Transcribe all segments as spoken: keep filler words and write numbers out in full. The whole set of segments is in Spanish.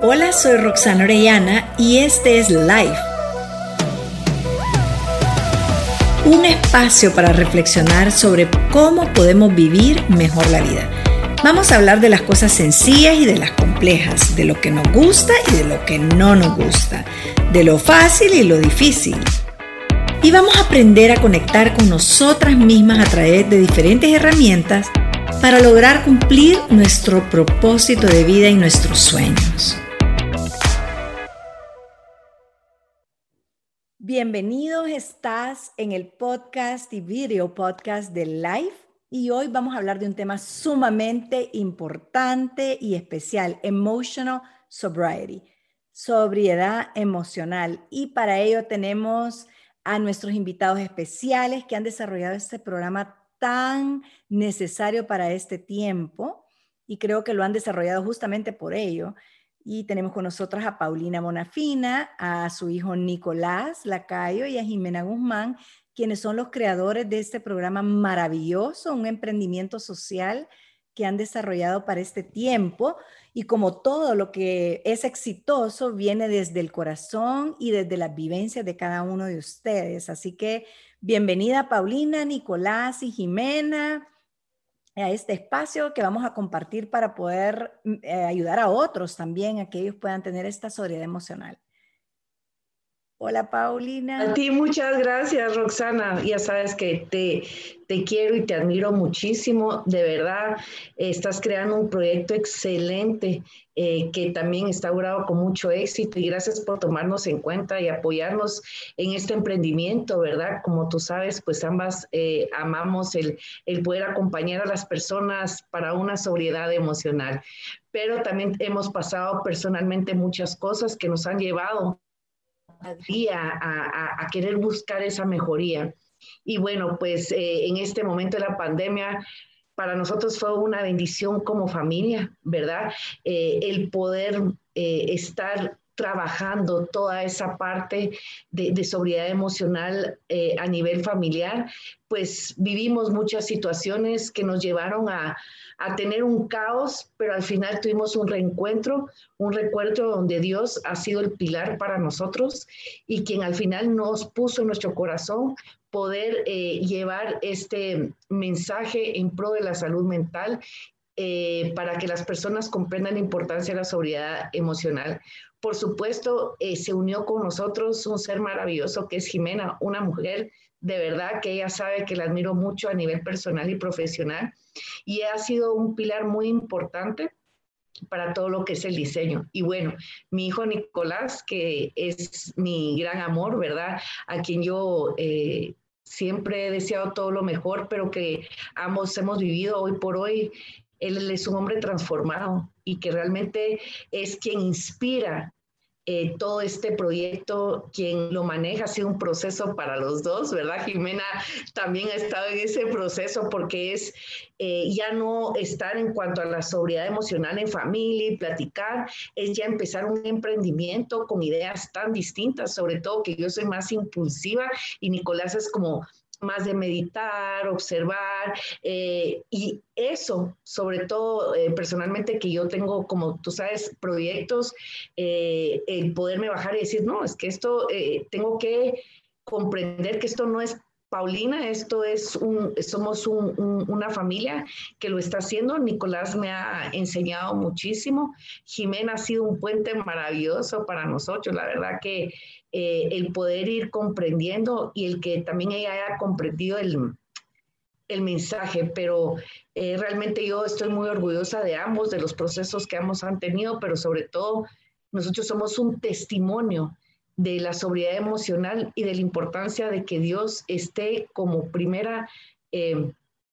Hola, soy Roxana Orellana y este es Life, un espacio para reflexionar sobre cómo podemos vivir mejor la vida. Vamos a hablar de las cosas sencillas y de las complejas, de lo que nos gusta y de lo que no nos gusta, de lo fácil y lo difícil. Y vamos a aprender a conectar con nosotras mismas a través de diferentes herramientas para lograr cumplir nuestro propósito de vida y nuestros sueños. Bienvenidos, estás en el podcast y video podcast de Life y hoy vamos a hablar de un tema sumamente importante y especial, Emotional Sobriety, sobriedad emocional. Y para ello tenemos a nuestros invitados especiales que han desarrollado este programa tan necesario para este tiempo y creo que lo han desarrollado justamente por ello. Y tenemos con nosotras a Paulina Bonafina, a su hijo Nicolás Lacayo y a Jimena Guzmán, quienes son los creadores de este programa maravilloso, un emprendimiento social que han desarrollado para este tiempo. Y como todo lo que es exitoso, viene desde el corazón y desde las vivencias de cada uno de ustedes. Así que bienvenida Paulina, Nicolás y Jimena a este espacio que vamos a compartir para poder eh, ayudar a otros también, a que ellos puedan tener esta sobriedad emocional. Hola, Paulina. A ti muchas gracias, Roxana. Ya sabes que te, te quiero y te admiro muchísimo. De verdad, eh, estás creando un proyecto excelente eh, que también está obrado con mucho éxito y gracias por tomarnos en cuenta y apoyarnos en este emprendimiento, ¿verdad? Como tú sabes, pues ambas eh, amamos el, el poder acompañar a las personas para una sobriedad emocional, pero también hemos pasado personalmente muchas cosas que nos han llevado a, a, a querer buscar esa mejoría. Y bueno, pues eh, en este momento de la pandemia, para nosotros fue una bendición como familia, ¿verdad? Eh, el poder eh, estar trabajando toda esa parte de, de sobriedad emocional eh, a nivel familiar, pues vivimos muchas situaciones que nos llevaron a, a tener un caos, pero al final tuvimos un reencuentro, un recuerdo donde Dios ha sido el pilar para nosotros y quien al final nos puso en nuestro corazón poder eh, llevar este mensaje en pro de la salud mental eh, para que las personas comprendan la importancia de la sobriedad emocional. Por supuesto, eh, se unió con nosotros un ser maravilloso que es Jimena, una mujer de verdad que ella sabe que la admiro mucho a nivel personal y profesional y ha sido un pilar muy importante para todo lo que es el diseño. Y bueno, mi hijo Nicolás, que es mi gran amor, ¿verdad? A quien yo eh, siempre he deseado todo lo mejor, pero que ambos hemos vivido hoy por hoy. Él es un hombre transformado y que realmente es quien inspira eh, todo este proyecto, quien lo maneja, ha sido un proceso para los dos, ¿verdad? Jimena también ha estado en ese proceso porque es eh, ya no estar en cuanto a la sobriedad emocional en familia y platicar, es ya empezar un emprendimiento con ideas tan distintas, sobre todo que yo soy más impulsiva y Nicolás es como más de meditar, observar, eh, y eso, sobre todo eh, personalmente que yo tengo, como tú sabes, proyectos, eh, el poderme bajar y decir, no, es que esto, eh, tengo que comprender que esto no es Paulina, esto es un, somos un, un, una familia que lo está haciendo. Nicolás me ha enseñado muchísimo. Jimena ha sido un puente maravilloso para nosotros. La verdad que eh, el poder ir comprendiendo y el que también ella haya comprendido el, el mensaje, pero eh, realmente yo estoy muy orgullosa de ambos, de los procesos que ambos han tenido, pero sobre todo nosotros somos un testimonio de la sobriedad emocional y de la importancia de que Dios esté como primera, eh,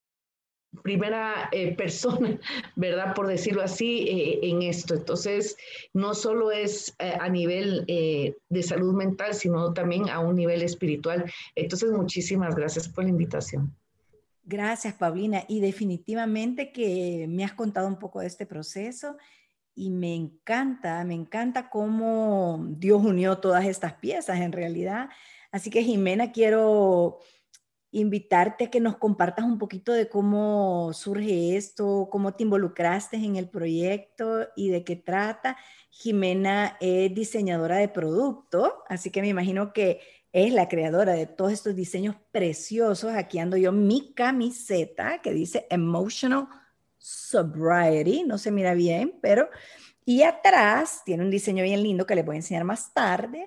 primera eh, persona, ¿verdad? Por decirlo así, eh, en esto. Entonces, no solo es eh, a nivel eh, de salud mental, sino también a un nivel espiritual. Entonces, muchísimas gracias por la invitación. Gracias, Paulina. Y definitivamente que me has contado un poco de este proceso. Y me encanta, me encanta cómo Dios unió todas estas piezas en realidad. Así que Jimena, quiero invitarte a que nos compartas un poquito de cómo surge esto, cómo te involucraste en el proyecto y de qué trata. Jimena es diseñadora de producto, así que me imagino que es la creadora de todos estos diseños preciosos. Aquí ando yo mi camiseta que dice Emotional Sobriety, no se mira bien, pero... Y atrás tiene un diseño bien lindo que les voy a enseñar más tarde.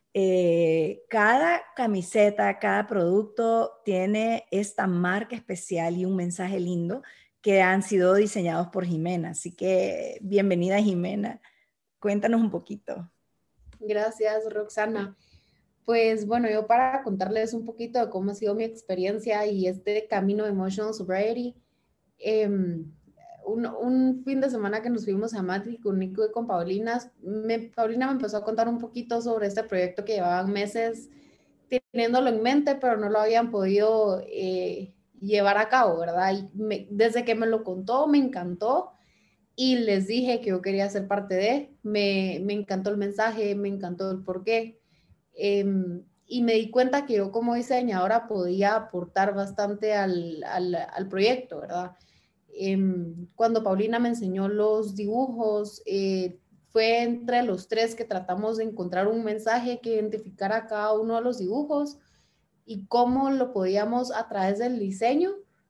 Eh, cada camiseta, cada producto tiene esta marca especial y un mensaje lindo que han sido diseñados por Jimena. Así que bienvenida, Jimena. Cuéntanos un poquito. Gracias, Roxana. Pues bueno, yo para contarles un poquito de cómo ha sido mi experiencia y este camino de Emotional Sobriety, eh, un, un fin de semana que nos fuimos a Madrid con Nico y con Paulina, me, Paulina me empezó a contar un poquito sobre este proyecto que llevaban meses teniéndolo en mente, pero no lo habían podido eh, llevar a cabo, ¿verdad? Y me, desde que me lo contó, me encantó y les dije que yo quería ser parte de, me, me encantó el mensaje, me encantó el porqué. Eh, y me di cuenta que yo como diseñadora podía aportar bastante al, al, al proyecto, ¿verdad? Eh, cuando Paulina me enseñó los dibujos, eh, fue entre los tres que tratamos de encontrar un mensaje que identificara cada uno de los dibujos y cómo lo podíamos a través del diseño,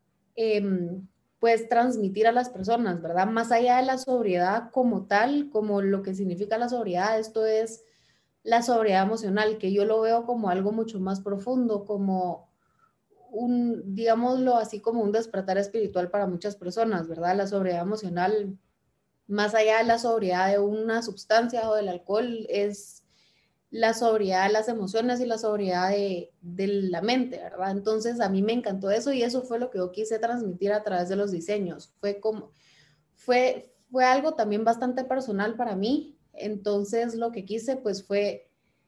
eh, pues transmitir a las personas, ¿verdad? Más allá de la sobriedad como tal, como lo que significa la sobriedad, esto es la sobriedad emocional, que yo lo veo como algo mucho más profundo, como un, digámoslo así, como un despertar espiritual para muchas personas, ¿verdad? La sobriedad emocional, más allá de la sobriedad de una sustancia o del alcohol, es la sobriedad de las emociones y la sobriedad de, de la mente, ¿verdad? Entonces a mí me encantó eso y eso fue lo que yo quise transmitir a través de los diseños. Fue como, fue, fue algo también bastante personal para mí. Entonces lo que quise pues fue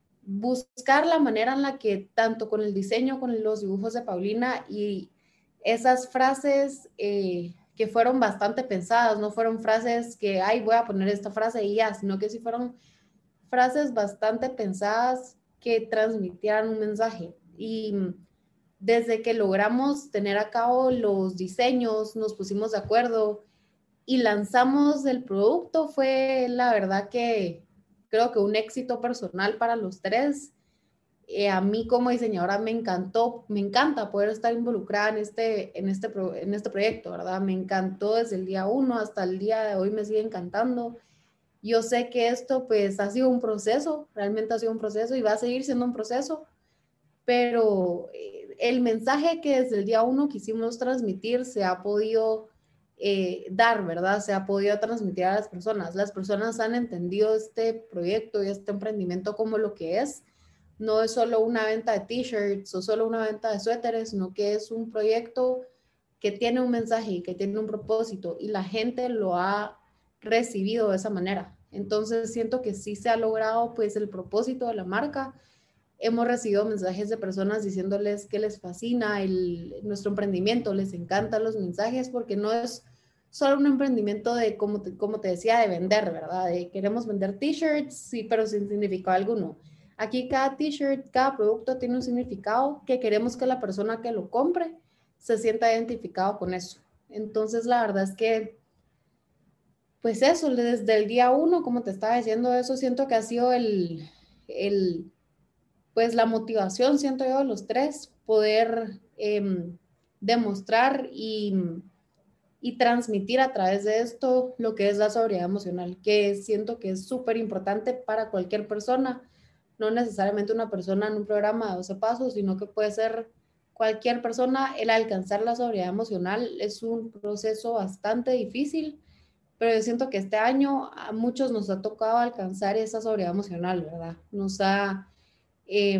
buscar la manera en la que tanto con el diseño, con los dibujos de Paulina y esas frases eh, que fueron bastante pensadas, no fueron frases que, ay, voy a poner esta frase y ya, sino que sí fueron frases bastante pensadas que transmitieran un mensaje. Y desde que logramos tener a cabo los diseños, nos pusimos de acuerdo y lanzamos el producto, fue la verdad que creo que un éxito personal para los tres. Eh, a mí como diseñadora me encantó, me encanta poder estar involucrada en este, en este, en este proyecto, ¿verdad? Me encantó desde el día uno hasta el día de hoy, me sigue encantando. Yo sé que esto pues ha sido un proceso, realmente ha sido un proceso y va a seguir siendo un proceso, pero eh, el mensaje que desde el día uno quisimos transmitir se ha podido eh, dar, ¿verdad? Se ha podido transmitir a las personas. Las personas han entendido este proyecto y este emprendimiento como lo que es. No es solo una venta de t-shirts o solo una venta de suéteres, sino que es un proyecto que tiene un mensaje y que tiene un propósito y la gente lo ha recibido de esa manera. Entonces siento que sí se ha logrado pues el propósito de la marca. Hemos recibido mensajes de personas diciéndoles que les fascina el, nuestro emprendimiento, les encantan los mensajes porque no es solo un emprendimiento de, como te, como te decía, de vender, ¿verdad? De queremos vender t-shirts, sí, pero sin significado alguno. Aquí cada t-shirt, cada producto tiene un significado que queremos que la persona que lo compre se sienta identificado con eso. Entonces, la verdad es que, pues eso, desde el día uno, como te estaba diciendo, eso siento que ha sido el, el pues la motivación, siento yo, de los tres, poder eh, demostrar y, y transmitir a través de esto lo que es la sobriedad emocional, que siento que es súper importante para cualquier persona, no necesariamente una persona en un programa de doce pasos, sino que puede ser cualquier persona. El alcanzar la sobriedad emocional es un proceso bastante difícil, pero yo siento que este año a muchos nos ha tocado alcanzar esa sobriedad emocional, ¿verdad? Nos ha, eh,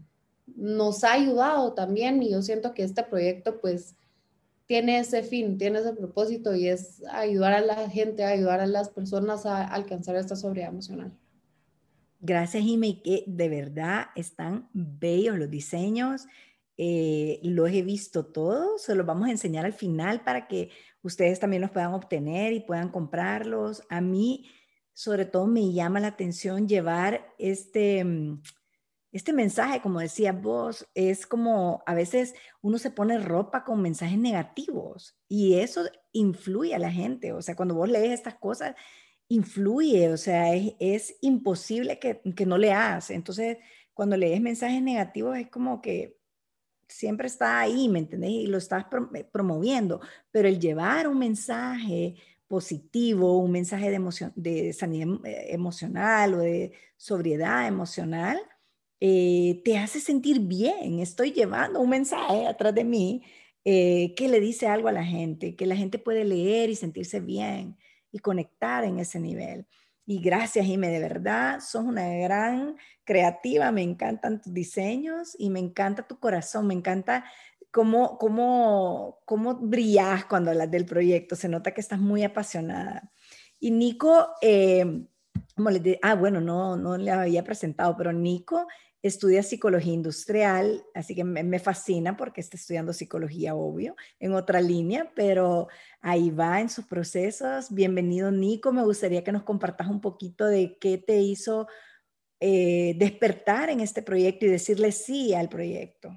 nos ha ayudado también y yo siento que este proyecto pues tiene ese fin, tiene ese propósito y es ayudar a la gente, ayudar a las personas a alcanzar esta sobriedad emocional. Gracias, Jimmy, que de verdad están bellos los diseños. Eh, los he visto todos, se los vamos a enseñar al final para que ustedes también los puedan obtener y puedan comprarlos. A mí, sobre todo, me llama la atención llevar este, Este mensaje, como decías vos, es como a veces uno se pone ropa con mensajes negativos y eso influye a la gente. O sea, cuando vos lees estas cosas, influye, o sea, es, es imposible que, que no leas. Entonces, cuando lees mensajes negativos es como que siempre está ahí, ¿me entendés? Y lo estás prom promoviendo, pero el llevar un mensaje positivo, un mensaje de, emoción, de sanidad emocional o de sobriedad emocional, eh, te hace sentir bien. Estoy llevando un mensaje atrás de mí eh, que le dice algo a la gente, que la gente puede leer y sentirse bien y conectar en ese nivel. Y gracias, Jimé, de verdad, sos una gran creativa, me encantan tus diseños y me encanta tu corazón, me encanta cómo, cómo, cómo brillas cuando hablas del proyecto, se nota que estás muy apasionada. Y Nico, eh, como les de, ah, bueno, no, no le había presentado, pero Nico estudia psicología industrial, así que me, me fascina porque está estudiando psicología, obvio, en otra línea, pero ahí va en sus procesos. Bienvenido, Nico. Me gustaría que nos compartas un poquito de qué te hizo eh, despertar en este proyecto y decirle sí al proyecto.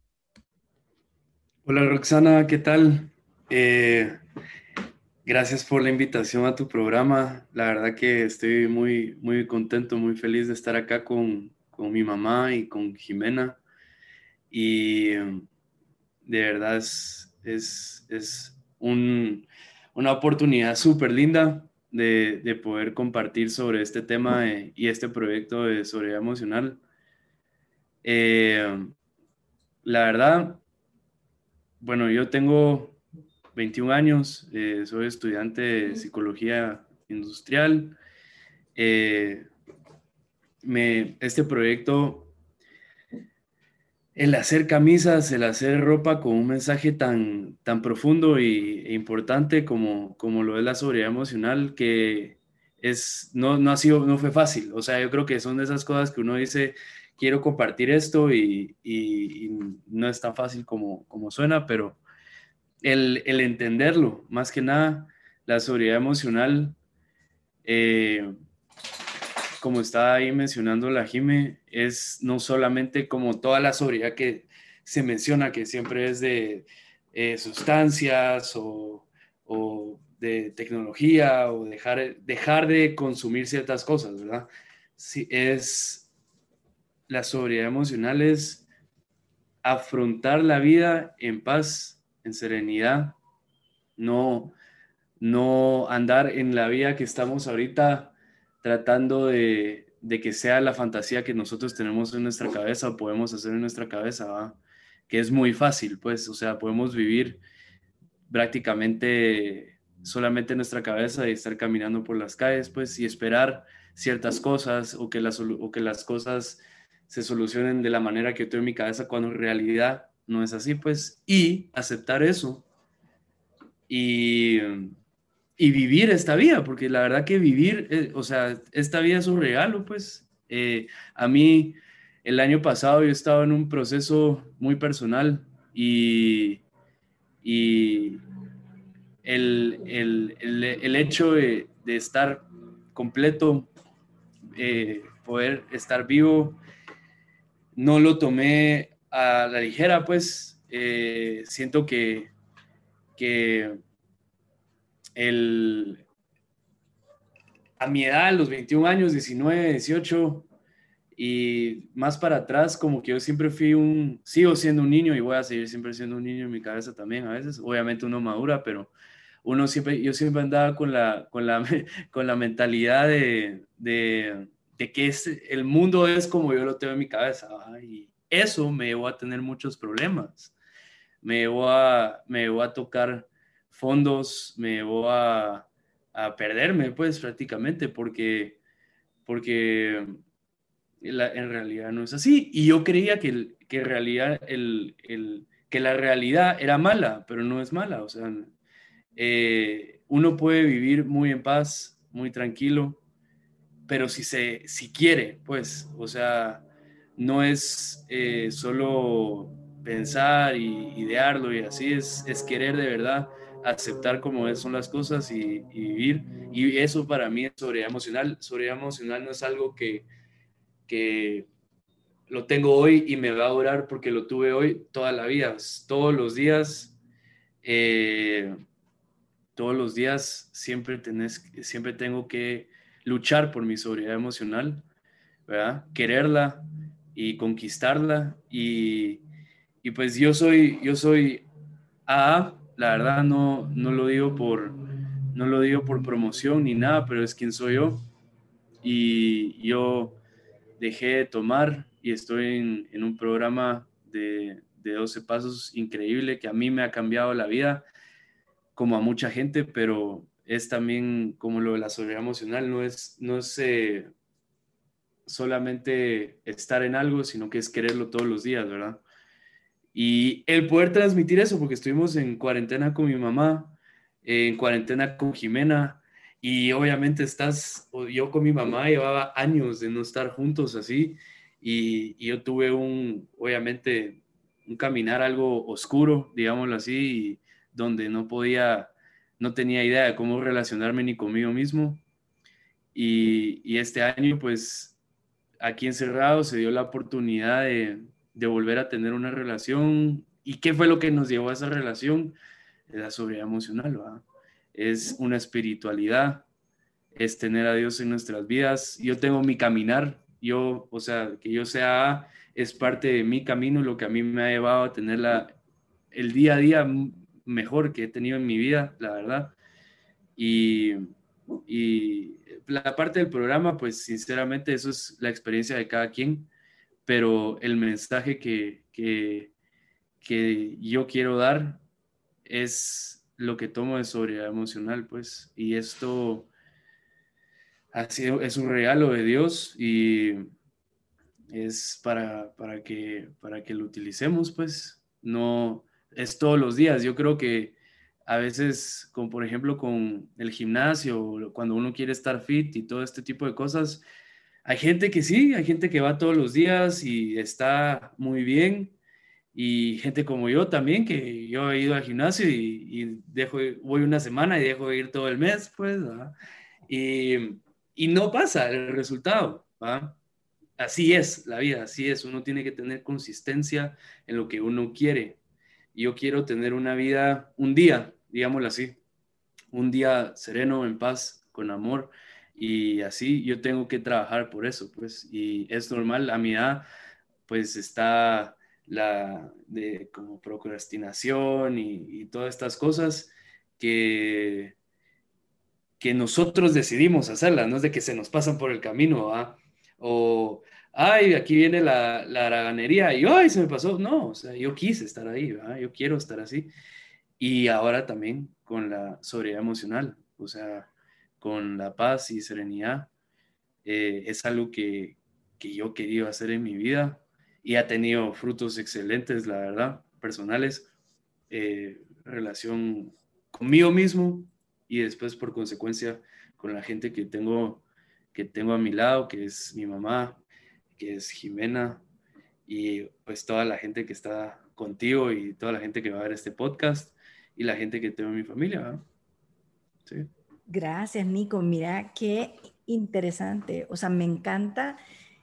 Hola Roxana, ¿qué tal? Eh, gracias por la invitación a tu programa. La verdad que estoy muy, muy contento, muy feliz de estar acá con, con mi mamá y con Jimena. Y um, de verdad es, es, es un, una oportunidad súper linda de, de poder compartir sobre este tema de, y este proyecto de sobriedad emocional. Eh, la verdad, bueno, yo tengo veintiún años, eh, soy estudiante de psicología industrial. Eh, me, este proyecto, el hacer camisas, el hacer ropa con un mensaje tan, tan profundo y, e importante como, como lo es la sobriedad emocional, que es, no, no ha sido, no fue fácil. O sea, yo creo que son de esas cosas que uno dice, quiero compartir esto y, y, y no es tan fácil como, como suena, pero el, el entenderlo, más que nada, la sobriedad emocional, eh, como estaba ahí mencionando la Jime, es no solamente como toda la sobriedad que se menciona, que siempre es de eh, sustancias o, o de tecnología o dejar, dejar de consumir ciertas cosas, ¿verdad? Sí, es la sobriedad emocional es afrontar la vida en paz, en serenidad, no, no andar en la vida que estamos ahorita tratando de, de que sea la fantasía que nosotros tenemos en nuestra cabeza o podemos hacer en nuestra cabeza, ¿va? Que es muy fácil, pues, o sea, podemos vivir prácticamente solamente en nuestra cabeza y estar caminando por las calles, pues, y esperar ciertas cosas o que las, o que las cosas se solucionen de la manera que yo tengo en mi cabeza cuando en realidad no es así, pues, y aceptar eso y, y vivir esta vida, porque la verdad que vivir, eh, o sea, esta vida es un regalo, pues. Eh, a mí, el año pasado yo estaba en un proceso muy personal y, y el, el, el, el hecho de, de, estar completo, eh, poder estar vivo, no lo tomé a la ligera, pues. Eh, siento que, que el, a mi edad, a los veintiún años, diecinueve, dieciocho y más para atrás, como que yo siempre fui un, sigo siendo un niño y voy a seguir siempre siendo un niño en mi cabeza también a veces. Obviamente uno madura, pero uno siempre, yo siempre andaba con la, con la, con la mentalidad de, de, de que es, el mundo es como yo lo tengo en mi cabeza, ¿verdad? Y eso me llevó a tener muchos problemas. Me llevó a, me llevó a tocar fondos, me llevó a, a perderme, pues prácticamente, porque, porque la, en realidad no es así. Y yo creía que, que, en realidad el, el, que la realidad era mala, pero no es mala. O sea, eh, uno puede vivir muy en paz, muy tranquilo, pero si, se, si quiere, pues, o sea, no es eh, solo pensar y idearlo y así, es, es querer de verdad aceptar cómo son las cosas y, y vivir. Y eso para mí es sobriedad emocional. Sobriedad emocional no es algo que, que lo tengo hoy y me va a durar porque lo tuve hoy toda la vida. Todos los días, eh, todos los días siempre, tenés, siempre tengo que luchar por mi sobriedad emocional, ¿verdad? Quererla y conquistarla. Y, y pues yo soy, yo soy A A, la verdad no, no lo digo por, no lo digo por promoción ni nada, pero es quien soy yo. Y yo dejé de tomar y estoy en, en un programa de, de doce pasos increíble que a mí me ha cambiado la vida, como a mucha gente, pero es también como lo de la sobriedad emocional, no es, no es eh, solamente estar en algo, sino que es quererlo todos los días, ¿verdad? Y el poder transmitir eso, porque estuvimos en cuarentena con mi mamá, en cuarentena con Jimena, y obviamente estás, yo con mi mamá llevaba años de no estar juntos así, y, y yo tuve un, obviamente, un caminar algo oscuro, digámoslo así, y donde no podía, no tenía idea de cómo relacionarme ni conmigo mismo. Y, y este año, pues, aquí encerrado se dio la oportunidad de, de volver a tener una relación. ¿Y qué fue lo que nos llevó a esa relación? La sobriedad emocional, ¿verdad? Es una espiritualidad, es tener a Dios en nuestras vidas. Yo tengo mi caminar, yo, o sea, que yo sea es parte de mi camino, lo que a mí me ha llevado a tener la, el día a día mejor que he tenido en mi vida, la verdad. Y, y la parte del programa, pues sinceramente eso es la experiencia de cada quien, pero el mensaje que, que, que yo quiero dar es lo que tomo de sobriedad emocional, pues, y esto ha sido, es un regalo de Dios y es para, para, que, para que lo utilicemos, pues, no es todos los días. Yo creo que a veces, como por ejemplo con el gimnasio, cuando uno quiere estar fit y todo este tipo de cosas, hay gente que sí, hay gente que va todos los días y está muy bien, y gente como yo también, que yo he ido al gimnasio y, y dejo, voy una semana y dejo de ir todo el mes, pues, ¿verdad? Y, y no pasa el resultado, ¿verdad? Así es la vida, así es. Uno tiene que tener consistencia en lo que uno quiere. Yo quiero tener una vida, un día, digámoslo así, un día sereno, en paz, con amor, y así yo tengo que trabajar por eso, pues, y es normal, a mi edad, pues está la de como procrastinación y, y todas estas cosas que, que nosotros decidimos hacerlas, no es de que se nos pasan por el camino, ¿va? O, ay, aquí viene la, la haraganería y, ay, se me pasó, no, o sea, yo quise estar ahí, ¿va? Yo quiero estar así. Y ahora también con la sobriedad emocional, o sea, con la paz y serenidad, eh, es algo que, que yo he querido hacer en mi vida y ha tenido frutos excelentes, la verdad, personales, eh, relación conmigo mismo y después por consecuencia con la gente que tengo, que tengo a mi lado, que es mi mamá, que es Jimena, y pues toda la gente que está contigo y toda la gente que va a ver este podcast y la gente que tengo en mi familia, ¿verdad? Sí. Gracias, Nico. Mira qué interesante. O sea, me encanta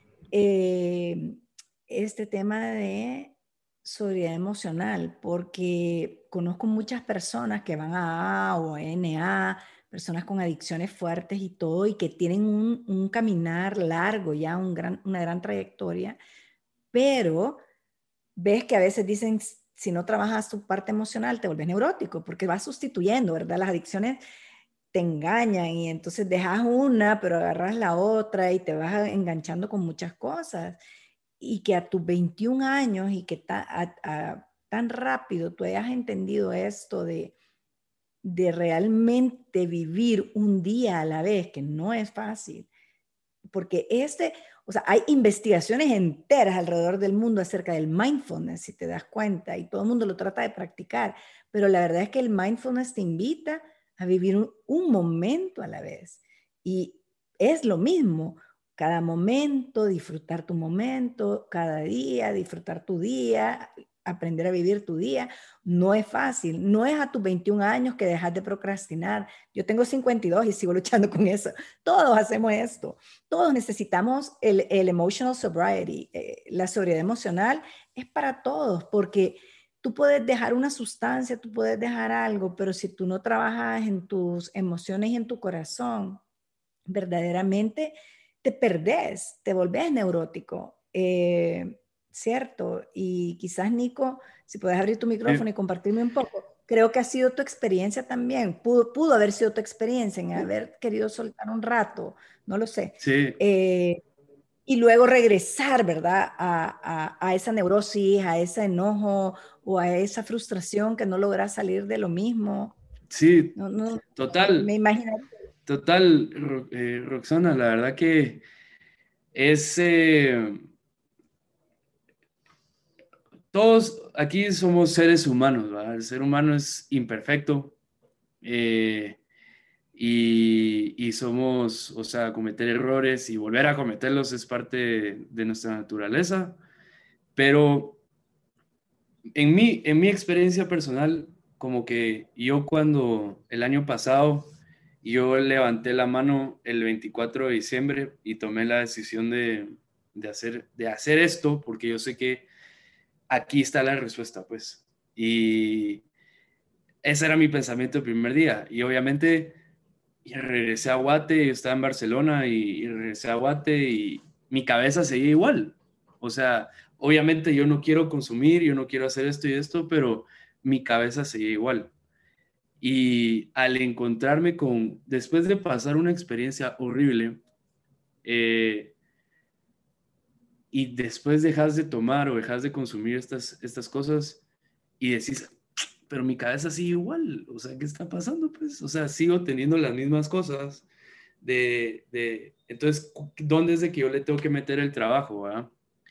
eh, este tema de sobriedad emocional, porque conozco muchas personas que van a A o a N A, personas con adicciones fuertes y todo, y que tienen un, un caminar largo, ya un gran, una gran trayectoria, pero ves que a veces dicen, si no trabajas tu parte emocional, te vuelves neurótico, porque vas sustituyendo, ¿verdad? Las adicciones te engañan y entonces dejas una, pero agarras la otra y te vas enganchando con muchas cosas. Y que a tus veintiún años y que ta, a, a, tan rápido tú hayas entendido esto de, de realmente vivir un día a la vez, que no es fácil. Porque este, o sea, hay investigaciones enteras alrededor del mundo acerca del mindfulness, si te das cuenta, y todo el mundo lo trata de practicar, pero la verdad es que el mindfulness te invita a vivir un, un momento a la vez. Y es lo mismo, cada momento, disfrutar tu momento, cada día, disfrutar tu día, aprender a vivir tu día. No es fácil, no es a tus veintiún años que dejas de procrastinar. Yo tengo cincuenta y dos y sigo luchando con eso. Todos hacemos esto, todos necesitamos el, el emotional sobriety, eh, la sobriedad emocional es para todos, porque tú puedes dejar una sustancia, tú puedes dejar algo, pero si tú no trabajas en tus emociones y en tu corazón, verdaderamente te perdés, te volvés neurótico, eh, ¿cierto? Y quizás, Nico, si puedes abrir tu micrófono y compartirme un poco, creo que ha sido tu experiencia también, pudo, pudo haber sido tu experiencia en haber querido soltar un rato, no lo sé. Sí. Eh, y luego regresar, ¿verdad? A, a, a esa neurosis, a ese enojo o a esa frustración que no logras salir de lo mismo. Sí, no, no, total. Me imagino. Total, Ro- eh, Roxana, la verdad que es... eh, todos aquí somos seres humanos, ¿verdad? El ser humano es imperfecto eh, y, y somos, o sea, cometer errores y volver a cometerlos es parte de, de nuestra naturaleza, pero en mi, en mi experiencia personal, como que yo cuando el año pasado, yo levanté la mano el veinticuatro de diciembre y tomé la decisión de, de hacer, de hacer esto, porque yo sé que aquí está la respuesta, pues. Y ese era mi pensamiento el primer día. Y obviamente y regresé a Guate, yo estaba en Barcelona y, y regresé a Guate y mi cabeza seguía igual. O sea, obviamente yo no quiero consumir, yo no quiero hacer esto y esto, pero mi cabeza seguía igual. Y al encontrarme con, después de pasar una experiencia horrible, eh, y después dejas de tomar o dejas de consumir estas, estas cosas y decís, pero mi cabeza sigue igual, o sea, ¿qué está pasando? Pues, o sea, sigo teniendo las mismas cosas de, de entonces, ¿dónde es de que yo le tengo que meter el trabajo? ¿Verdad?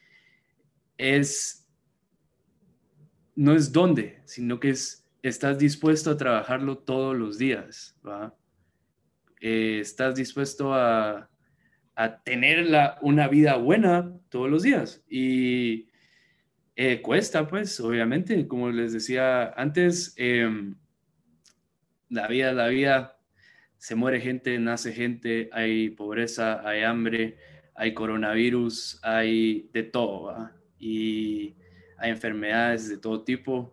Es, no es dónde, sino que es, estás dispuesto a trabajarlo todos los días, ¿verdad? Eh, estás dispuesto a, a tener la, una vida buena todos los días y eh, cuesta, pues, obviamente, como les decía antes, eh, la vida, la vida, se muere gente, nace gente, hay pobreza, hay hambre, hay coronavirus, hay de todo, ¿va? Y hay enfermedades de todo tipo,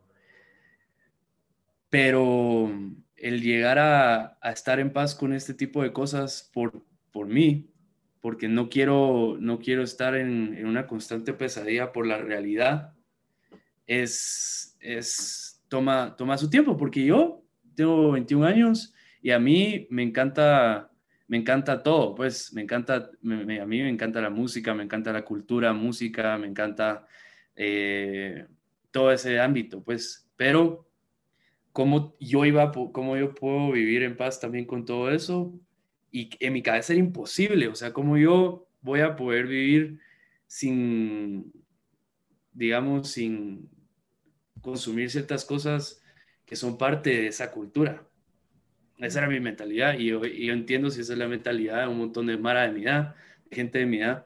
pero el llegar a, a estar en paz con este tipo de cosas por, por mí, porque no quiero, no quiero estar en, en una constante pesadilla por la realidad, es, es toma, toma su tiempo, porque yo tengo veintiún años y a mí me encanta, me encanta todo, pues me encanta, me, me, a mí me encanta la música, me encanta la cultura, música, me encanta eh, todo ese ámbito, pues, pero cómo yo iba, cómo yo puedo vivir en paz también con todo eso y en mi cabeza era imposible, o sea, cómo yo voy a poder vivir sin, digamos, sin consumir ciertas cosas que son parte de esa cultura. Esa era mi mentalidad y yo, y yo entiendo si esa es la mentalidad de un montón de mara de mi edad, de gente de mi edad.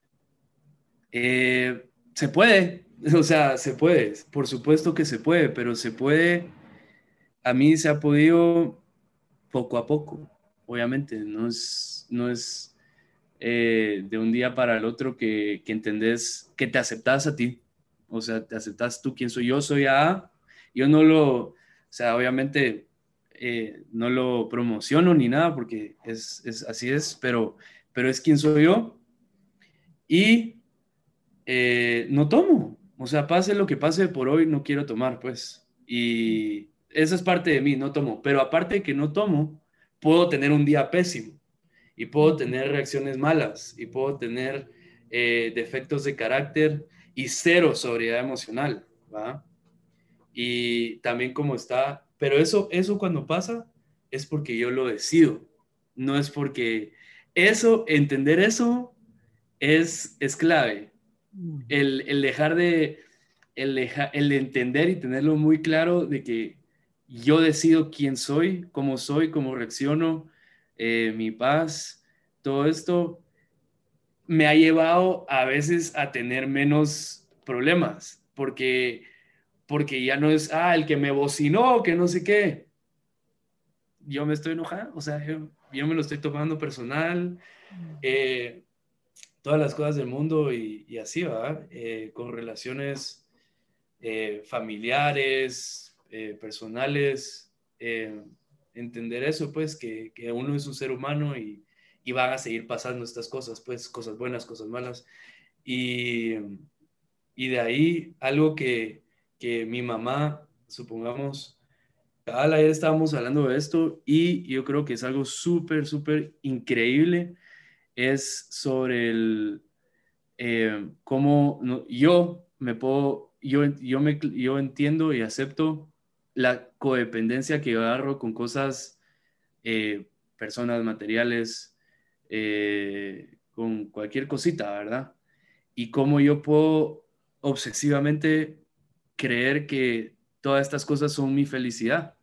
Eh, se puede, o sea, se puede, por supuesto que se puede, pero se puede, a mí se ha podido poco a poco, obviamente, no es, no es eh, de un día para el otro que, que entendés, que te aceptas a ti, o sea, te aceptas tú quién soy yo, soy A, yo no lo, o sea, obviamente eh, no lo promociono ni nada porque es, es así es, pero, pero es quién soy yo y eh, no tomo, o sea, pase lo que pase por hoy, no quiero tomar, pues, y esa es parte de mí, no tomo, pero aparte de que no tomo, puedo tener un día pésimo y puedo tener reacciones malas y puedo tener eh, defectos de carácter y cero sobriedad emocional, ¿va? Y también como está, pero eso, eso cuando pasa es porque yo lo decido, no es porque eso, entender eso es, es clave, el, el dejar de, el, deja, el entender y tenerlo muy claro de que yo decido quién soy, cómo soy, cómo reacciono, eh, mi paz, todo esto me ha llevado a veces a tener menos problemas, porque porque ya no es, ah, el que me bocinó, que no sé qué. Yo me estoy enojando, o sea, yo, yo me lo estoy tomando personal, eh, todas las cosas del mundo y, y así, ¿verdad? Eh, con relaciones eh, familiares, eh, personales, eh, entender eso, pues, que, que uno es un ser humano y, y van a seguir pasando estas cosas, pues, cosas buenas, cosas malas. Y, y de ahí algo que, que mi mamá, supongamos, al ayer estábamos hablando de esto y yo creo que es algo súper, súper increíble, es sobre el eh, cómo no- yo me puedo, yo, yo, me, yo entiendo y acepto la codependencia que yo agarro con cosas, eh, personas, materiales, eh, con cualquier cosita, ¿verdad? Y cómo yo puedo obsesivamente creer que todas estas cosas son mi felicidad.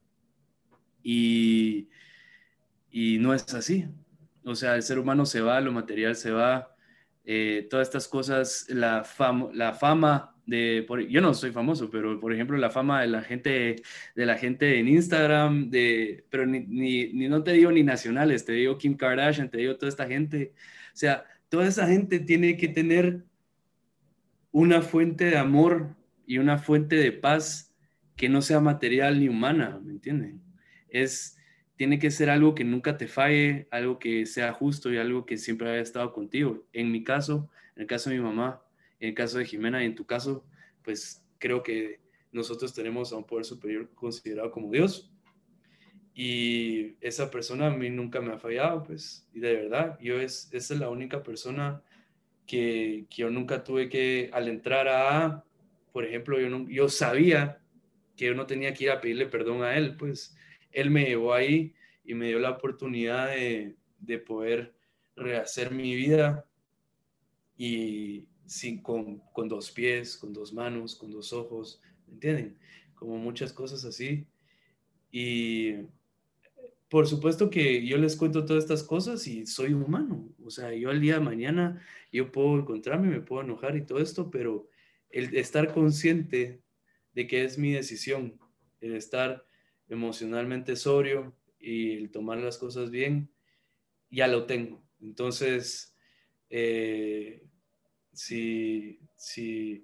Y, y no es así. O sea, el ser humano se va, lo material se va, eh, todas estas cosas, la fama, la fama de, por- yo no soy famoso, pero por ejemplo la fama de la gente, de la gente en Instagram, de, pero ni, ni, ni no te digo ni nacionales, te digo Kim Kardashian, te digo toda esta gente. O sea, toda esa gente tiene que tener una fuente de amor y una fuente de paz que no sea material ni humana, ¿me entienden? Es, tiene que ser algo que nunca te falle, algo que sea justo y algo que siempre haya estado contigo. En mi caso, en el caso de mi mamá, en el caso de Jimena y en tu caso, pues creo que nosotros tenemos a un poder superior considerado como Dios. Y esa persona a mí nunca me ha fallado, pues, y de verdad, yo es, esa es la única persona que, que yo nunca tuve que, al entrar a, por ejemplo, yo, no, yo sabía que yo no tenía que ir a pedirle perdón a él, pues él me llevó ahí y me dio la oportunidad de, de poder rehacer mi vida y sin, con, con dos pies, con dos manos, con dos ojos, ¿me entienden? Como muchas cosas así. Y por supuesto que yo les cuento todas estas cosas y soy humano. O sea, yo al día de mañana, yo puedo encontrarme, me puedo enojar y todo esto, pero el estar consciente de que es mi decisión, el estar emocionalmente sobrio y el tomar las cosas bien, ya lo tengo. Entonces, eh, si, si,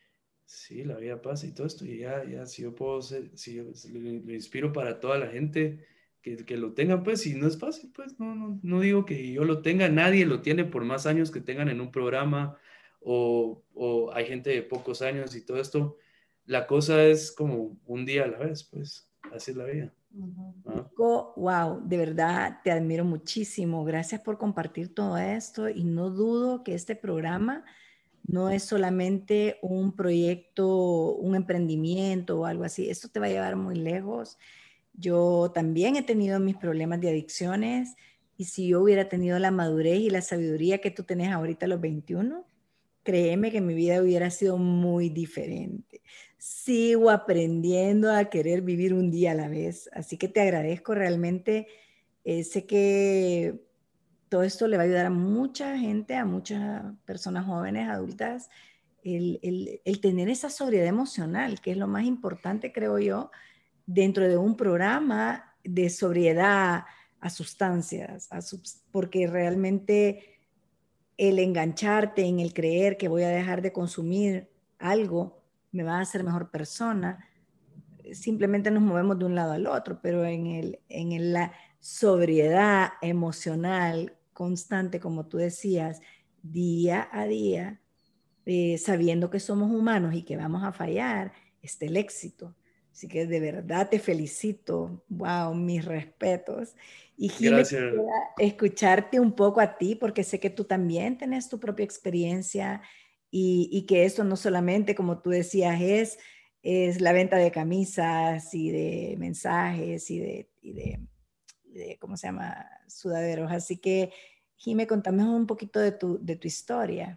si la vida pasa y todo esto, y ya, ya, si yo puedo ser, si yo lo, lo inspiro para toda la gente que, que lo tengan, pues, si no es fácil, pues, no, no, no digo que yo lo tenga, nadie lo tiene por más años que tengan en un programa, o, o hay gente de pocos años y todo esto. La cosa es como un día a la vez, pues, así es la vida. Ujú. ¿Ah? Wow, de verdad te admiro muchísimo. Gracias por compartir todo esto y no dudo que este programa no es solamente un proyecto, un emprendimiento o algo así. Esto te va a llevar muy lejos. Yo también he tenido mis problemas de adicciones y si yo hubiera tenido la madurez y la sabiduría que tú tenés ahorita a los veintiuno, créeme que mi vida hubiera sido muy diferente. Sigo aprendiendo a querer vivir un día a la vez, así que te agradezco realmente. Eh, sé que todo esto le va a ayudar a mucha gente, a muchas personas jóvenes, adultas, el, el, el tener esa sobriedad emocional, que es lo más importante, creo yo, dentro de un programa de sobriedad a sustancias, a subs porque realmente el engancharte en el creer que voy a dejar de consumir algo me va a hacer mejor persona, simplemente nos movemos de un lado al otro, pero en, el, en el, la sobriedad emocional constante, como tú decías, día a día, eh, sabiendo que somos humanos y que vamos a fallar, está el éxito. Así que de verdad te felicito. Wow, mis respetos. Y Jimé, Gracias. quisiera escucharte un poco a ti, porque sé que tú también tenés tu propia experiencia y, y que esto no solamente, como tú decías, es, es la venta de camisas y de mensajes y de, y de, y de ¿cómo se llama? Sudaderos. Así que, Jimé, contame un poquito de tu, de tu historia.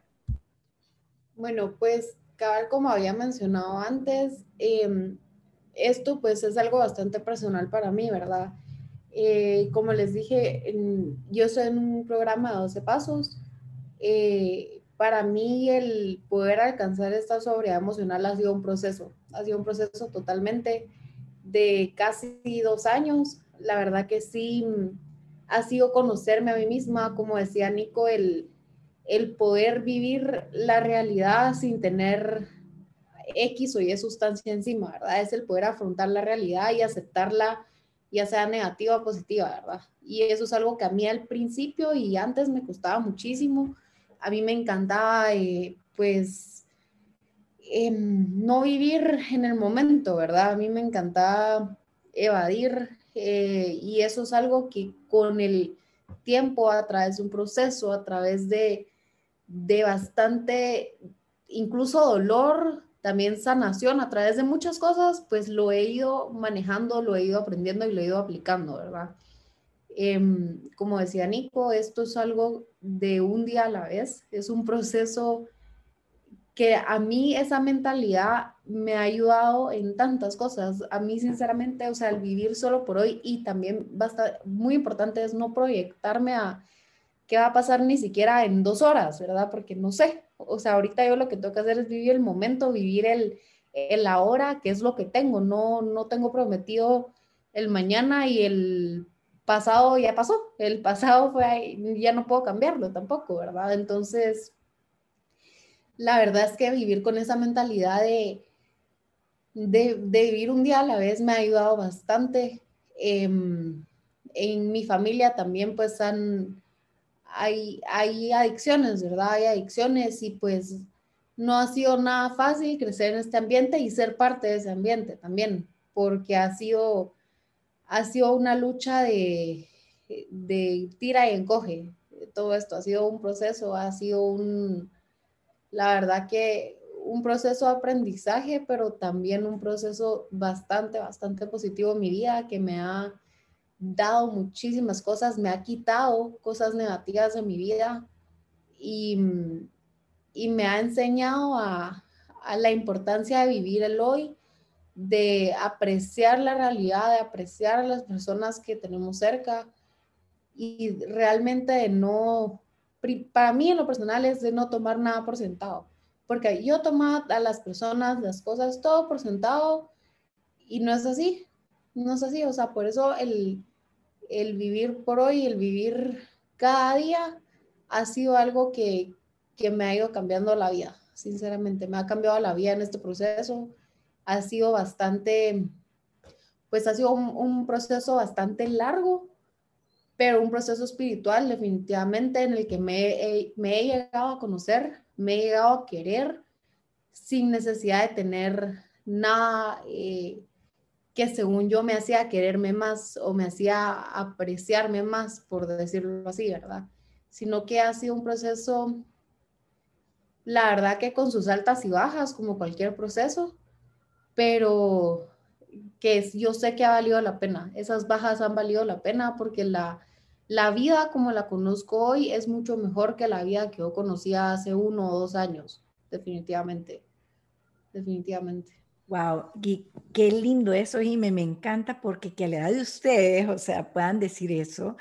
Bueno, pues, cabal, como había mencionado antes, eh, esto pues es algo bastante personal para mí, ¿verdad? Eh, como les dije, en, yo estoy en un programa de doce pasos, eh, para mí el poder alcanzar esta sobriedad emocional ha sido un proceso, ha sido un proceso totalmente de casi dos años. La verdad que sí, ha sido conocerme a mí misma, como decía Nico, el, el poder vivir la realidad sin tener X o Y sustancia encima, ¿verdad? Es el poder afrontar la realidad y aceptarla, ya sea negativa o positiva, ¿verdad? Y eso es algo que a mí al principio y antes me costaba muchísimo. A mí me encantaba, eh, pues, eh, no vivir en el momento, ¿verdad? A mí me encantaba evadir eh, y eso es algo que con el tiempo, a través de un proceso, a través de, de bastante, incluso dolor, también sanación, a través de muchas cosas, pues lo he ido manejando, lo he ido aprendiendo y lo he ido aplicando, ¿verdad? Eh, como decía Nico, esto es algo de un día a la vez, es un proceso que a mí esa mentalidad me ha ayudado en tantas cosas. A mí, sinceramente, o sea, el vivir solo por hoy y también basta, muy importante es no proyectarme a qué va a pasar ni siquiera en dos horas, ¿verdad? Porque no sé, o sea, ahorita yo lo que tengo que hacer es vivir el momento, vivir el, el ahora, que es lo que tengo. No, no tengo prometido el mañana y el pasado ya pasó. El pasado fue ahí, ya no puedo cambiarlo tampoco, ¿verdad? Entonces la verdad es que vivir con esa mentalidad de, de, de vivir un día a la vez me ha ayudado bastante. Eh, en mi familia también pues han, hay, hay adicciones, ¿verdad? Hay adicciones y pues no ha sido nada fácil crecer en este ambiente y ser parte de ese ambiente también, porque ha sido, ha sido una lucha de, de tira y encoge. Todo esto ha sido un proceso, ha sido un la verdad que un proceso de aprendizaje, pero también un proceso bastante, bastante positivo en mi vida, que me ha dado muchísimas cosas, me ha quitado cosas negativas de mi vida y, y me ha enseñado a, a la importancia de vivir el hoy, de apreciar la realidad, de apreciar a las personas que tenemos cerca y realmente de no, para mí en lo personal es de no tomar nada por sentado, porque yo tomo a las personas, las cosas, todo por sentado y no es así, no es así, o sea, por eso el, el vivir por hoy, el vivir cada día ha sido algo que, que me ha ido cambiando la vida, sinceramente, me ha cambiado la vida en este proceso, ha sido bastante, pues ha sido un, un proceso bastante largo, pero un proceso espiritual definitivamente en el que me he, me he llegado a conocer, me he llegado a querer sin necesidad de tener nada eh, que según yo me hacía quererme más o me hacía apreciarme más, por decirlo así, ¿verdad? Sino que ha sido un proceso, la verdad que con sus altas y bajas, como cualquier proceso, pero que yo sé que ha valido la pena. Esas bajas han valido la pena porque la, la vida como la conozco hoy es mucho mejor que la vida que yo conocía hace uno o dos años, definitivamente, definitivamente. Wow, y qué lindo eso, Jimé, me encanta porque que a la edad de ustedes, o sea, puedan decir eso,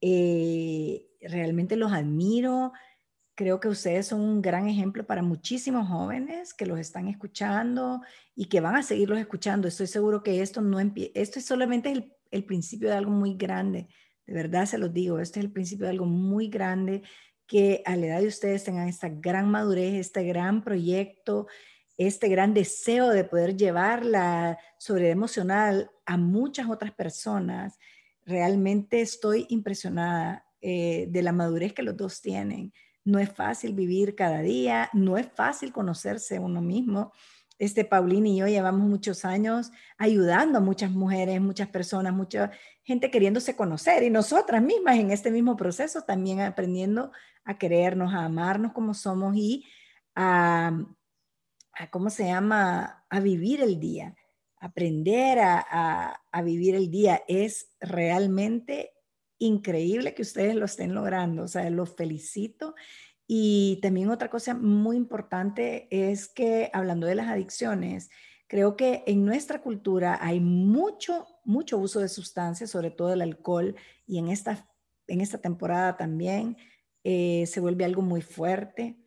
eh, realmente los admiro. Creo que ustedes son un gran ejemplo para muchísimos jóvenes que los están escuchando y que van a seguirlos escuchando. Estoy seguro que esto no empie- esto es solamente el, el principio de algo muy grande. De verdad se los digo, este es el principio de algo muy grande, que a la edad de ustedes tengan esta gran madurez, este gran proyecto, este gran deseo de poder llevar la sobriedad emocional a muchas otras personas. Realmente estoy impresionada eh, de la madurez que los dos tienen. No es fácil vivir cada día, no es fácil conocerse uno mismo. Este, Paulina y yo llevamos muchos años ayudando a muchas mujeres, muchas personas, mucha gente queriéndose conocer y nosotras mismas en este mismo proceso también aprendiendo a querernos, a amarnos como somos y a, a ¿cómo se llama? A vivir el día. Aprender a, a, a vivir el día es realmente increíble que ustedes lo estén logrando. O sea, los felicito. Y también otra cosa muy importante es que hablando de las adicciones, creo que en nuestra cultura hay mucho, mucho uso de sustancias, sobre todo el alcohol, y en esta, en esta temporada también eh, se vuelve algo muy fuerte.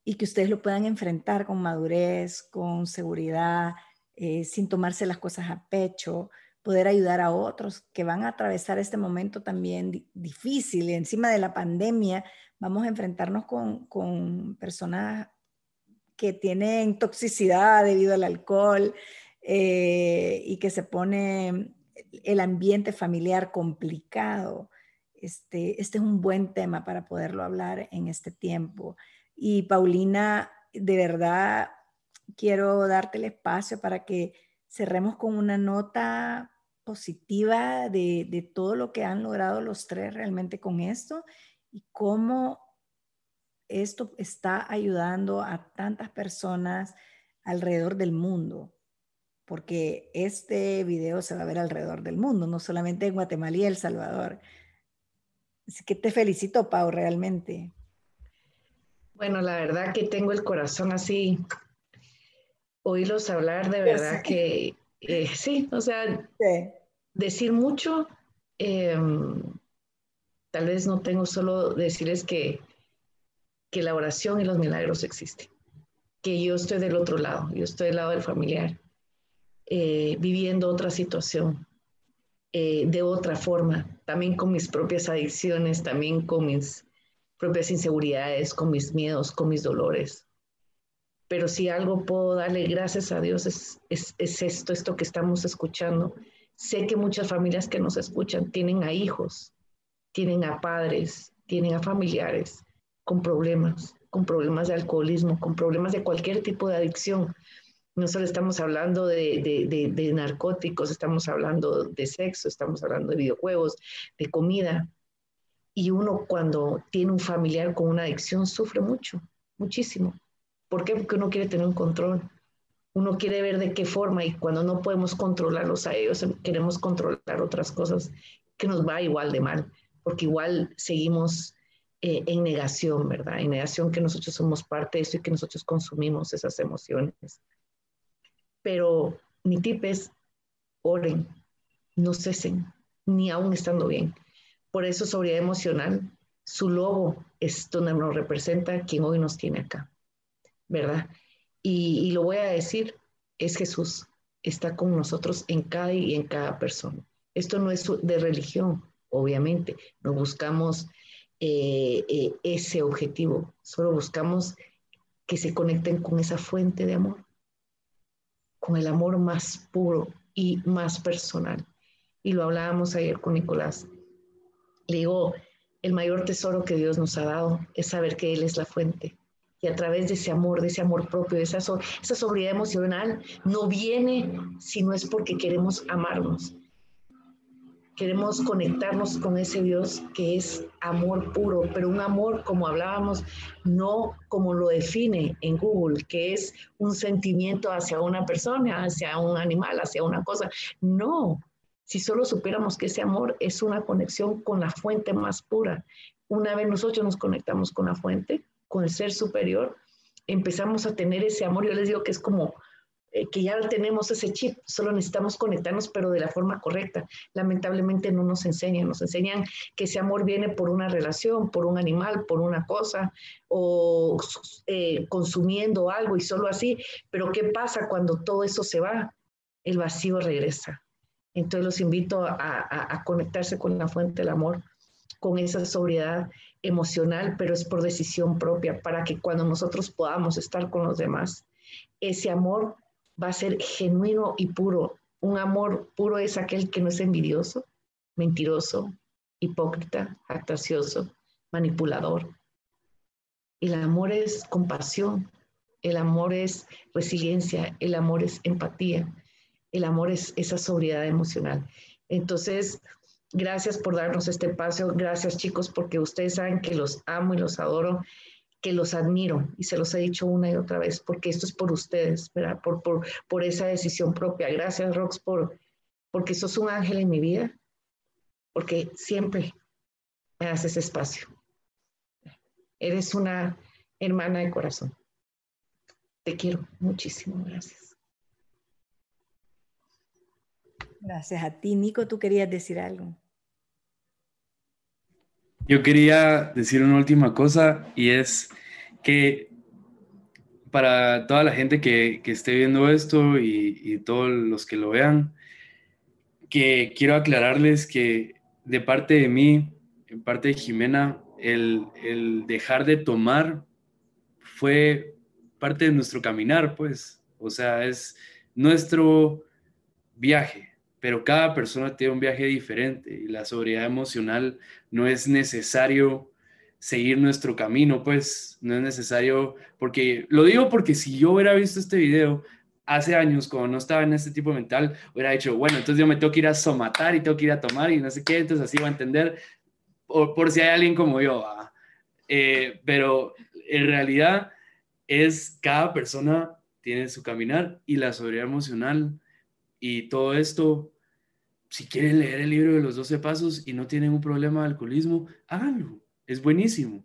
y que ustedes lo puedan enfrentar con madurez, con seguridad, eh, sin tomarse las cosas a pecho, poder ayudar a otros que van a atravesar este momento también di- difícil. Encima de la pandemia, vamos a enfrentarnos con, con personas que tienen toxicidad debido al alcohol eh, y que se pone el ambiente familiar complicado. Este, este es un buen tema para poderlo hablar en este tiempo. Y Paulina, de verdad quiero darte el espacio para que cerremos con una nota positiva de, de todo lo que han logrado los tres realmente con esto y cómo esto está ayudando a tantas personas alrededor del mundo, porque este video se va a ver alrededor del mundo, no solamente en Guatemala y El Salvador. Así que te felicito, Pau, realmente. Bueno, la verdad que tengo el corazón así, oírlos hablar, de verdad que eh, sí, o sea, Sí. decir mucho, eh, tal vez no tengo solo decirles que, que la oración y los milagros existen, que yo estoy del otro lado, yo estoy del lado del familiar, eh, viviendo otra situación, eh, de otra forma, también con mis propias adicciones, también con mis propias inseguridades, con mis miedos, con mis dolores. Pero si algo puedo darle gracias a Dios es, es, es esto, esto que estamos escuchando. Sé que muchas familias que nos escuchan tienen a hijos, tienen a padres, tienen a familiares con problemas, con problemas de alcoholismo, con problemas de cualquier tipo de adicción. No solo estamos hablando de, de, de, de narcóticos, estamos hablando de sexo, estamos hablando de videojuegos, de comida. Y uno cuando tiene un familiar con una adicción sufre mucho, muchísimo. ¿Por qué? Porque uno quiere tener un control. Uno quiere ver de qué forma y cuando no podemos controlarlos a ellos, queremos controlar otras cosas que nos va igual de mal, porque igual seguimos eh, en negación, ¿verdad? En negación que nosotros somos parte de eso y que nosotros consumimos esas emociones. Pero mi tip es, oren, no cesen, ni aún estando bien. Por eso sobriedad emocional, su logo es donde nos representa quien hoy nos tiene acá, ¿verdad? Y, y lo voy a decir, es Jesús, está con nosotros en cada y en cada persona. Esto no es de religión, obviamente, no buscamos eh, eh, ese objetivo, solo buscamos que se conecten con esa fuente de amor, con el amor más puro y más personal. Y lo hablábamos ayer con Nicolás. Le digo, el mayor tesoro que Dios nos ha dado es saber que Él es la fuente. Y a través de ese amor, de ese amor propio, de esa, so, esa sobriedad emocional, no viene si no es porque queremos amarnos. Queremos conectarnos con ese Dios que es amor puro, pero un amor, como hablábamos, no como lo define en Google, que es un sentimiento hacia una persona, hacia un animal, hacia una cosa. No, si solo supiéramos que ese amor es una conexión con la fuente más pura. Una vez nosotros nos conectamos con la fuente, con el ser superior, empezamos a tener ese amor. Yo les digo que es como eh, que ya tenemos ese chip, solo necesitamos conectarnos, pero de la forma correcta. Lamentablemente no nos enseñan, nos enseñan que ese amor viene por una relación, por un animal, por una cosa, o eh, consumiendo algo y solo así. Pero ¿qué pasa cuando todo eso se va? El vacío regresa. Entonces los invito a, a, a conectarse con la fuente del amor, con esa sobriedad emocional, pero es por decisión propia, para que cuando nosotros podamos estar con los demás, ese amor va a ser genuino y puro. Un amor puro es aquel que no es envidioso, mentiroso, hipócrita, jactancioso, manipulador. El amor es compasión, el amor es resiliencia, el amor es empatía, el amor es esa sobriedad emocional. Entonces, gracias por darnos este espacio, gracias chicos, porque ustedes saben que los amo y los adoro, que los admiro, y se los he dicho una y otra vez, porque esto es por ustedes, ¿verdad? Por, por, por esa decisión propia. Gracias, Rox, por, porque sos un ángel en mi vida, porque siempre me haces espacio. Eres una hermana de corazón. Te quiero muchísimo, gracias. Gracias a ti, Nico. ¿Tú querías decir algo? Yo quería decir una última cosa y es que para toda la gente que, que esté viendo esto y, y todos los que lo vean, que quiero aclararles que de parte de mí, de parte de Jimena, el, el dejar de tomar fue parte de nuestro caminar, pues. O sea, es nuestro viaje, pero cada persona tiene un viaje diferente y la sobriedad emocional no es necesario seguir nuestro camino, pues no es necesario, porque lo digo porque si yo hubiera visto este video hace años cuando no estaba en este tipo de mental, hubiera dicho, bueno, entonces yo me tengo que ir a somatar y tengo que ir a tomar y no sé qué, entonces así va a entender, por, por si hay alguien como yo, ¿ah? eh, pero en realidad es cada persona tiene su caminar y la sobriedad emocional y todo esto, si quieren leer el libro de los doce pasos y no tienen un problema de alcoholismo, háganlo, es buenísimo.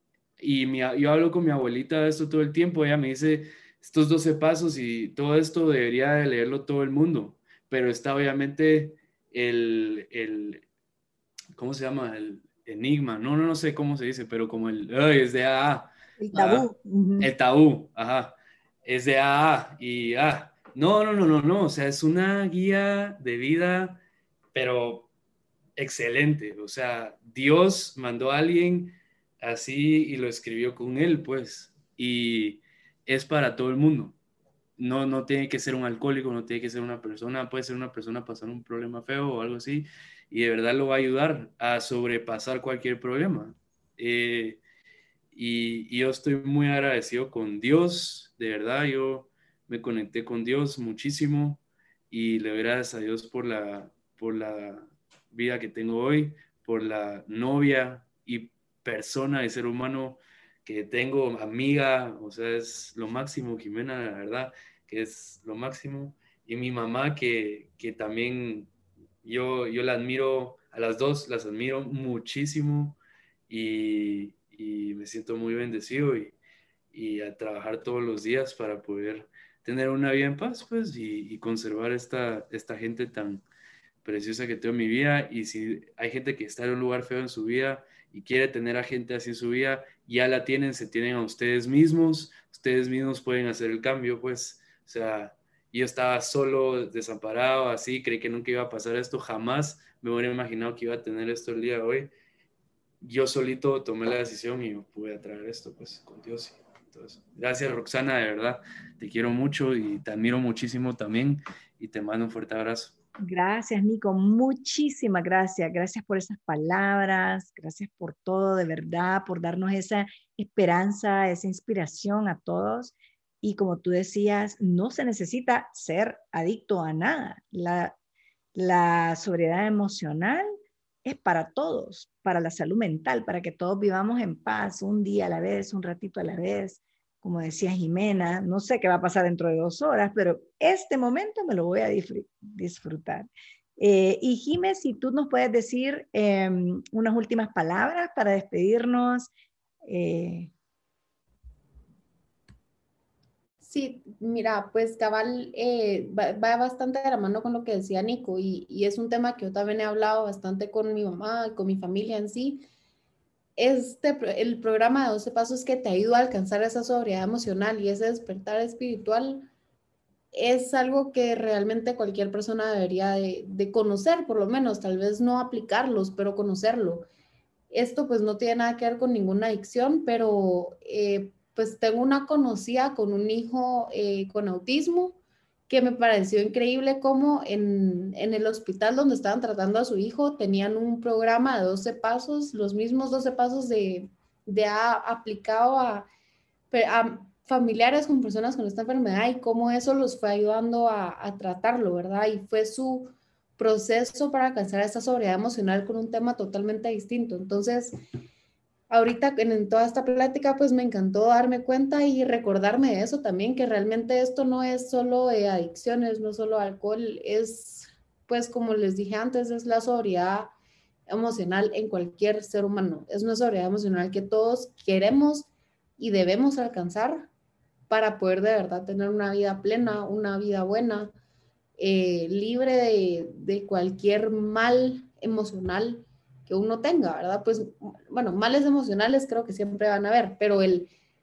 Y mi, yo hablo con mi abuelita de esto todo el tiempo, ella me dice, estos doce pasos y todo esto debería de leerlo todo el mundo, pero está obviamente el, el ¿cómo se llama? El enigma, no, no, no sé cómo se dice, pero como el, ay, es de A A, El ajá, tabú. Ujú. el tabú, ajá, es de A A y A. No, no, no, no, no, o sea, es una guía de vida, pero excelente, o sea, Dios mandó a alguien así y lo escribió con él, pues, y es para todo el mundo. No, no tiene que ser un alcohólico, no tiene que ser una persona, puede ser una persona pasando un problema feo o algo así, y de verdad lo va a ayudar a sobrepasar cualquier problema. Eh, y, y yo estoy muy agradecido con Dios, de verdad, yo me conecté con Dios muchísimo y le doy gracias a Dios por la, por la vida que tengo hoy, por la novia y persona y ser humano que tengo, amiga, o sea, es lo máximo, Jimena, la verdad, que es lo máximo. Y mi mamá, que, que también yo, yo la admiro, a las dos las admiro muchísimo y, y me siento muy bendecido y, y a trabajar todos los días para poder tener una vida en paz, pues, y, y conservar esta, esta gente tan preciosa que tengo en mi vida. Y si hay gente que está en un lugar feo en su vida y quiere tener a gente así en su vida, ya la tienen, se tienen a ustedes mismos, ustedes mismos pueden hacer el cambio, pues, o sea, yo estaba solo, desamparado, así, creí que nunca iba a pasar esto, jamás me hubiera imaginado que iba a tener esto el día de hoy. Yo solito tomé la decisión y pude atraer esto, pues, con Dios. Entonces, gracias, Roxana, de verdad, te quiero mucho y te admiro muchísimo también y te mando un fuerte abrazo. Gracias, Nico. Muchísimas gracias. Gracias por esas palabras. Gracias por todo, de verdad, por darnos esa esperanza, esa inspiración a todos. Y como tú decías, no se necesita ser adicto a nada. La, la sobriedad emocional es para todos, para la salud mental, para que todos vivamos en paz un día a la vez, un ratito a la vez. Como decía Jimena, no sé qué va a pasar dentro de dos horas, pero este momento me lo voy a disfrutar. Eh, y Jimé, si tú nos puedes decir eh, unas últimas palabras para despedirnos. Eh... Sí, mira, pues cabal eh, va, va bastante de la mano con lo que decía Nico y, y es un tema que yo también he hablado bastante con mi mamá, con mi familia en sí. Este, el programa de doce pasos que te ayuda a alcanzar esa sobriedad emocional y ese despertar espiritual es algo que realmente cualquier persona debería de, de conocer, por lo menos, tal vez no aplicarlos, pero conocerlo. Esto pues no tiene nada que ver con ninguna adicción, pero eh, pues tengo una conocida con un hijo eh, con autismo que me pareció increíble cómo en, en el hospital donde estaban tratando a su hijo tenían un programa de doce pasos, los mismos doce pasos de, de a, aplicado a, a familiares con personas con esta enfermedad y cómo eso los fue ayudando a, a tratarlo, ¿verdad? Y fue su proceso para alcanzar esta sobriedad emocional con un tema totalmente distinto. Entonces, ahorita en, en toda esta plática, pues me encantó darme cuenta y recordarme de eso también, que realmente esto no es solo eh, adicciones, no solo alcohol, es, pues como les dije antes, es la sobriedad emocional en cualquier ser humano. Es una sobriedad emocional que todos queremos y debemos alcanzar para poder de verdad tener una vida plena, una vida buena, eh, libre de, de cualquier mal emocional que uno tenga, ¿verdad? Pues, bueno, males emocionales creo que siempre van a haber, pero el,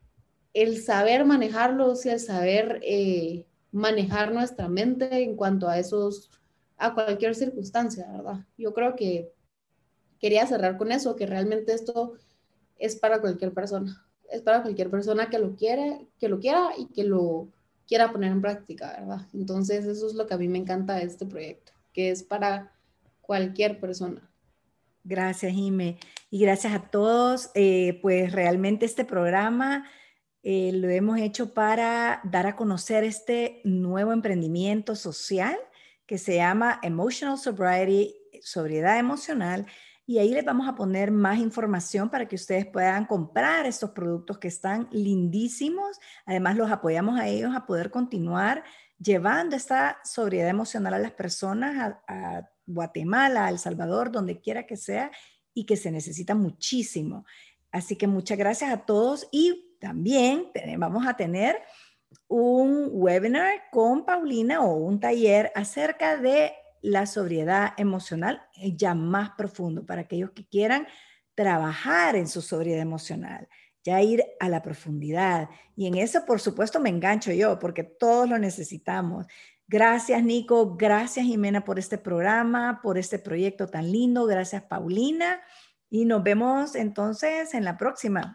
el saber manejarlos y el saber eh, manejar nuestra mente en cuanto a esos, a cualquier circunstancia, ¿verdad? Yo creo que quería cerrar con eso, que realmente esto es para cualquier persona, es para cualquier persona que lo quiere, que lo quiera y que lo quiera poner en práctica, ¿verdad? Entonces eso es lo que a mí me encanta de este proyecto, que es para cualquier persona. Gracias, Jime. Y gracias a todos. Eh, pues realmente este programa eh, lo hemos hecho para dar a conocer este nuevo emprendimiento social que se llama Emotional Sobriety, sobriedad emocional. Y ahí les vamos a poner más información para que ustedes puedan comprar estos productos que están lindísimos. Además, los apoyamos a ellos a poder continuar llevando esta sobriedad emocional a las personas, a, a Guatemala, a El Salvador, donde quiera que sea, y que se necesita muchísimo. Así que muchas gracias a todos y también vamos a tener un webinar con Paulina o un taller acerca de la sobriedad emocional ya más profundo para aquellos que quieran trabajar en su sobriedad emocional, ya ir a la profundidad. Y en eso, por supuesto, me engancho yo porque todos lo necesitamos. Gracias, Nico. Gracias, Jimena, por este programa, por este proyecto tan lindo. Gracias, Paulina. Y nos vemos entonces en la próxima.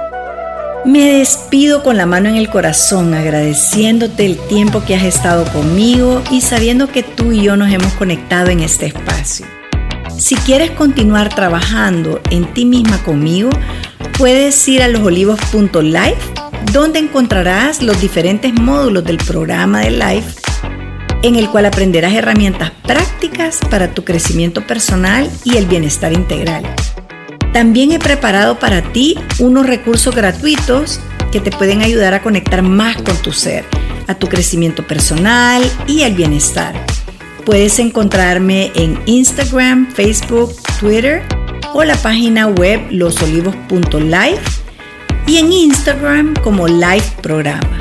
Me despido con la mano en el corazón, agradeciéndote el tiempo que has estado conmigo y sabiendo que tú y yo nos hemos conectado en este espacio. Si quieres continuar trabajando en ti misma conmigo, puedes ir a los olivos punto life, donde encontrarás los diferentes módulos del programa de Life, en el cual aprenderás herramientas prácticas para tu crecimiento personal y el bienestar integral. También he preparado para ti unos recursos gratuitos que te pueden ayudar a conectar más con tu ser, a tu crecimiento personal y al bienestar. Puedes encontrarme en Instagram, Facebook, Twitter o la página web los olivos punto life y en Instagram como Life Programa.